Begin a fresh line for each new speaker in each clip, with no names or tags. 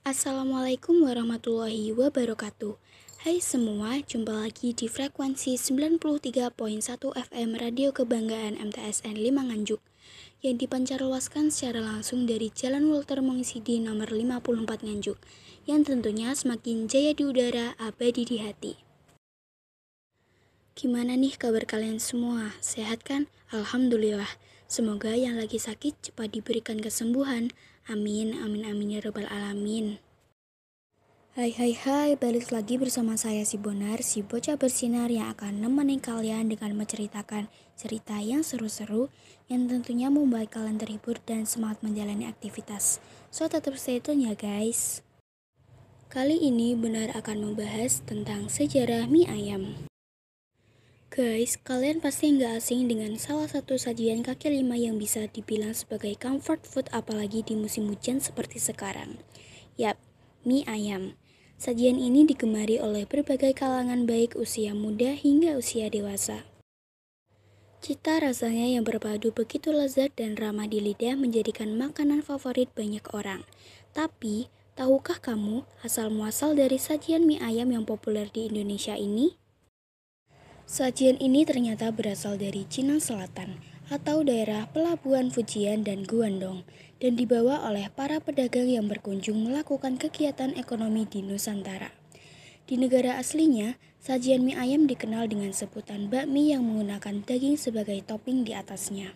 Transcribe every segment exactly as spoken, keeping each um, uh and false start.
Assalamualaikum warahmatullahi wabarakatuh. Hai semua, jumpa lagi di frekuensi sembilan puluh tiga koma satu F M Radio Kebanggaan M T S N lima Nganjuk yang dipancarluaskan secara langsung dari Jalan Walter Mongsidi nomor lima puluh empat Nganjuk, yang tentunya semakin jaya di udara, abadi di hati. Gimana nih kabar kalian semua? Sehat kan? Alhamdulillah. Semoga yang lagi sakit cepat diberikan kesembuhan. Amin, amin, amin ya rabbal alamin. Hai hai hai, balik lagi bersama saya si Bonar, si bocah bersinar yang akan nemenin kalian dengan menceritakan cerita yang seru-seru yang tentunya membuat kalian terhibur dan semangat menjalani aktivitas. So tetap stay tune ya guys. Kali ini Benar akan membahas tentang sejarah mie ayam. Guys, kalian pasti nggak asing dengan salah satu sajian kaki lima yang bisa dibilang sebagai comfort food apalagi di musim hujan seperti sekarang. Yap, mie ayam. Sajian ini digemari oleh berbagai kalangan baik usia muda hingga usia dewasa. Cita rasanya yang berpadu begitu lezat dan ramah di lidah menjadikan makanan favorit banyak orang. Tapi, tahukah kamu asal-muasal dari sajian mie ayam yang populer di Indonesia ini? Sajian ini ternyata berasal dari Cina Selatan atau daerah pelabuhan Fujian dan Guangdong dan dibawa oleh para pedagang yang berkunjung melakukan kegiatan ekonomi di Nusantara. Di negara aslinya, sajian mie ayam dikenal dengan sebutan bakmi yang menggunakan daging sebagai topping di atasnya.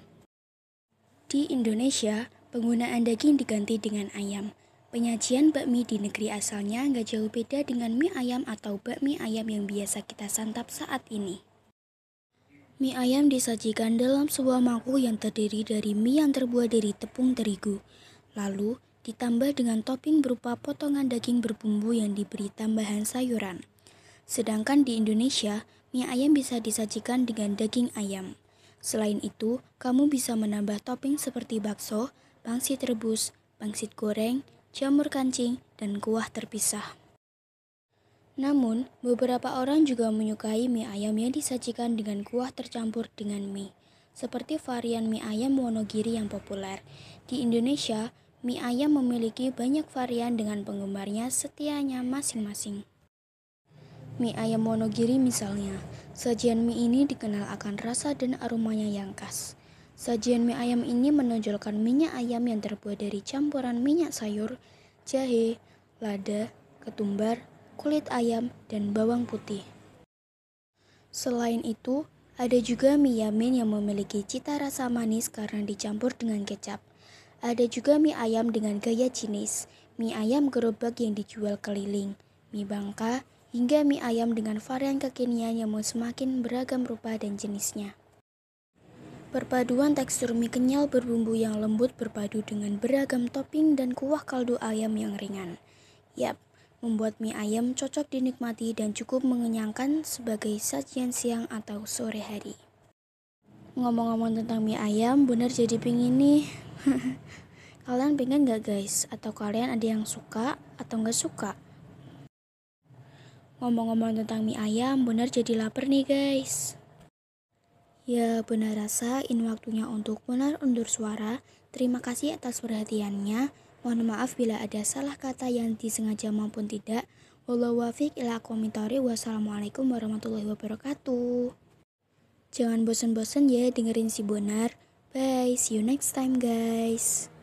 Di Indonesia, penggunaan daging diganti dengan ayam. Penyajian bakmi di negeri asalnya nggak jauh beda dengan mie ayam atau bakmi ayam yang biasa kita santap saat ini. Mie ayam disajikan dalam sebuah mangkuk yang terdiri dari mie yang terbuat dari tepung terigu. Lalu, ditambah dengan topping berupa potongan daging berbumbu yang diberi tambahan sayuran. Sedangkan di Indonesia, mie ayam bisa disajikan dengan daging ayam. Selain itu, kamu bisa menambah topping seperti bakso, pangsit rebus, pangsit goreng, jamur kancing, dan kuah terpisah. Namun, beberapa orang juga menyukai mie ayam yang disajikan dengan kuah tercampur dengan mie, seperti varian mie ayam Wonogiri yang populer. Di Indonesia, mie ayam memiliki banyak varian dengan penggemarnya setianya masing-masing. Mie ayam Wonogiri misalnya, sajian mie ini dikenal akan rasa dan aromanya yang khas. Sajian mie ayam ini menonjolkan minyak ayam yang terbuat dari campuran minyak sayur, jahe, lada, ketumbar, kulit ayam, dan bawang putih. Selain itu, ada juga mie yamin yang memiliki cita rasa manis karena dicampur dengan kecap. Ada juga mie ayam dengan gaya Chinese, mie ayam gerobak yang dijual keliling, mie bangka, hingga mie ayam dengan varian kekinian yang semakin beragam rupa dan jenisnya. Perpaduan tekstur mie kenyal berbumbu yang lembut berpadu dengan beragam topping dan kuah kaldu ayam yang ringan. Yap, membuat mie ayam cocok dinikmati dan cukup mengenyangkan sebagai sajian siang atau sore hari. Ngomong-ngomong tentang mie ayam, Benar jadi pingin nih. Kalian pengen gak guys? Atau kalian ada yang suka atau gak suka? Ngomong-ngomong tentang mie ayam, Benar jadi lapar nih guys. Ya, Benar rasa ini waktunya untuk Benar undur suara. Terima kasih atas perhatiannya. Mohon maaf bila ada salah kata yang disengaja maupun tidak. Wallahu muwaffiq ila aqwamit thoriq. Wassalamualaikum warahmatullahi wabarakatuh. Jangan bosan-bosan ya dengerin si Bonar. Bye, see you next time guys.